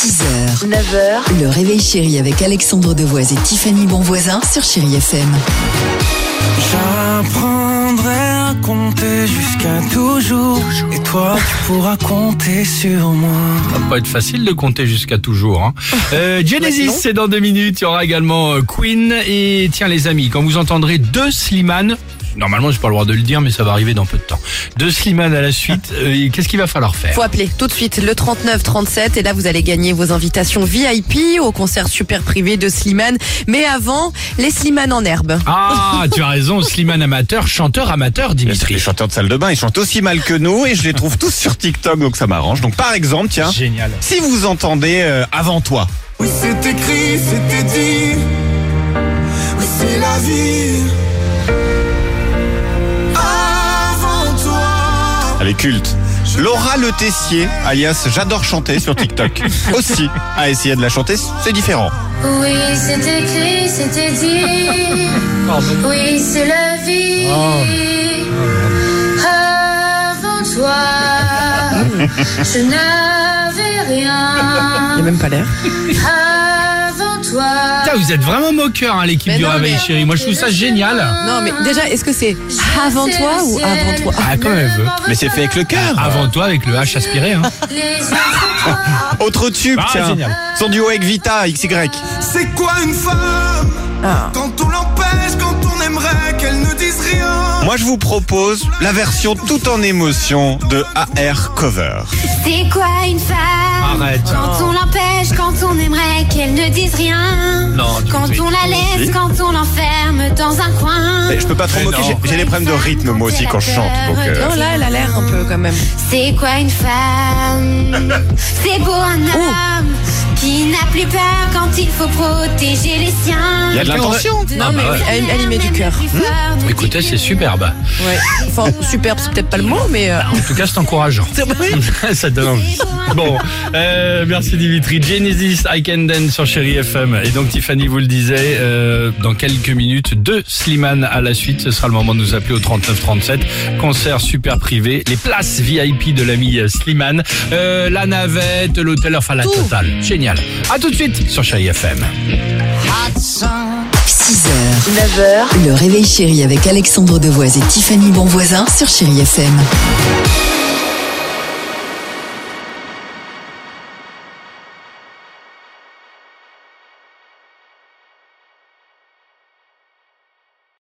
6h, 9h, le réveil chéri avec Alexandre Devoise et Tiffany Bonvoisin sur Chéri FM. J'apprendrai à compter jusqu'à toujours. Et toi, tu pourras compter sur moi. Ça va pas être facile de compter jusqu'à toujours. Hein. Genesis, c'est dans 2 minutes. Il y aura également Queen. Et tiens les amis, quand vous entendrez 2 Slimane, normalement j'ai pas le droit de le dire, mais ça va arriver dans peu de temps. 2 Slimane à la suite, qu'est-ce qu'il va falloir faire? Faut appeler tout de suite le 3937 et là vous allez gagner vos invitations VIP au concert super privé de Slimane. Mais avant, les Slimane en herbe. Ah, tu as raison, Slimane amateur, chanteur amateur, Dimitri. Les chanteurs de salle de bain, ils chantent aussi mal que nous et je les trouve tous sur TikTok, donc ça m'arrange. Donc par exemple, tiens, Génial. si vous entendez Avant toi, Oui, c'est écrit, c'était dit. Oui, c'est la vie. Avant toi. elle est culte. Laura Le Tessier, alias J'adore chanter sur TikTok, aussi a essayé de la chanter, c'est différent. Oui, c'est écrit, c'était dit. Oui, c'est la vie. Avant toi, je n'avais rien. Il n'y a même pas l'air. Avant toi. Putain, vous êtes vraiment moqueur, hein, l'équipe Mais du non, Réveil mais- Chéri. Moi je trouve ça génial. Non mais déjà, est-ce que c'est avant toi ou avant toi? Ah, comme elle veut. Mais c'est fait avec le cœur. Avant toi avec le H aspiré. Hein. Les yeux sur toi. Autre tube, Ah, tiens, génial. son duo avec Vita, XY. C'est quoi une femme? Ah. Quand on l'empêche, quand on aimerait qu'elle ne dise rien. Moi je vous propose la version tout en émotion de AR Cover. C'est quoi une femme? Arrête. Quand on l'empêche, quand on aimerait qu'elle ne dise rien. Non, Quand Dimitri. on la laisse, Si. quand on l'enferme dans un coin. Et je peux pas trop Mais moquer, non. j'ai des problèmes de rythme moi aussi quand je chante. Donc, Non là, elle a l'air un peu quand même. C'est quoi une femme? C'est beau un homme qui n'a plus peur quand il faut protéger les siens. il y a de l'intention. Non mais oui, elle y met du cœur. Écoutez, c'est superbe. Ouais. Enfin, superbe, c'est peut-être pas le mot, mais. En tout cas, c'est encourageant. Ça donne envie. Bon, merci Dimitri. Genesis, I Can Dance sur Chéri FM. Et donc Tiffany vous le disait, dans quelques minutes, 2 Slimane à la suite. Ce sera le moment de nous appeler au 3937. Concert super privé. Les places VIP de l'ami Slimane. La navette, l'hôtel, enfin la totale. Génial. À tout de suite sur Chéri FM. 6h, 9h, le réveil chéri avec Alexandre Devoise et Tiffany Bonvoisin sur Chéri FM.